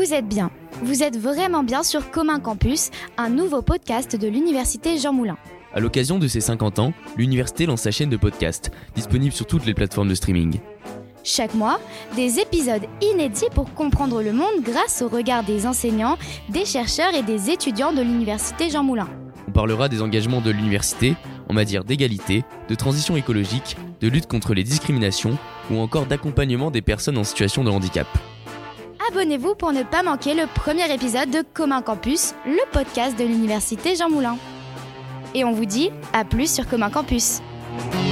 Vous êtes bien, vous êtes vraiment bien sur Commun Campus, un nouveau podcast de l'Université Jean Moulin. À l'occasion de ses 50 ans, l'université lance sa chaîne de podcast, disponible sur toutes les plateformes de streaming. Chaque mois, des épisodes inédits pour comprendre le monde grâce au regard des enseignants, des chercheurs et des étudiants de l'Université Jean Moulin. On parlera des engagements de l'université en matière d'égalité, de transition écologique, de lutte contre les discriminations ou encore d'accompagnement des personnes en situation de handicap. Abonnez-vous pour ne pas manquer le premier épisode de Commun Campus, le podcast de l'Université Jean Moulin. Et on vous dit à plus sur Commun Campus.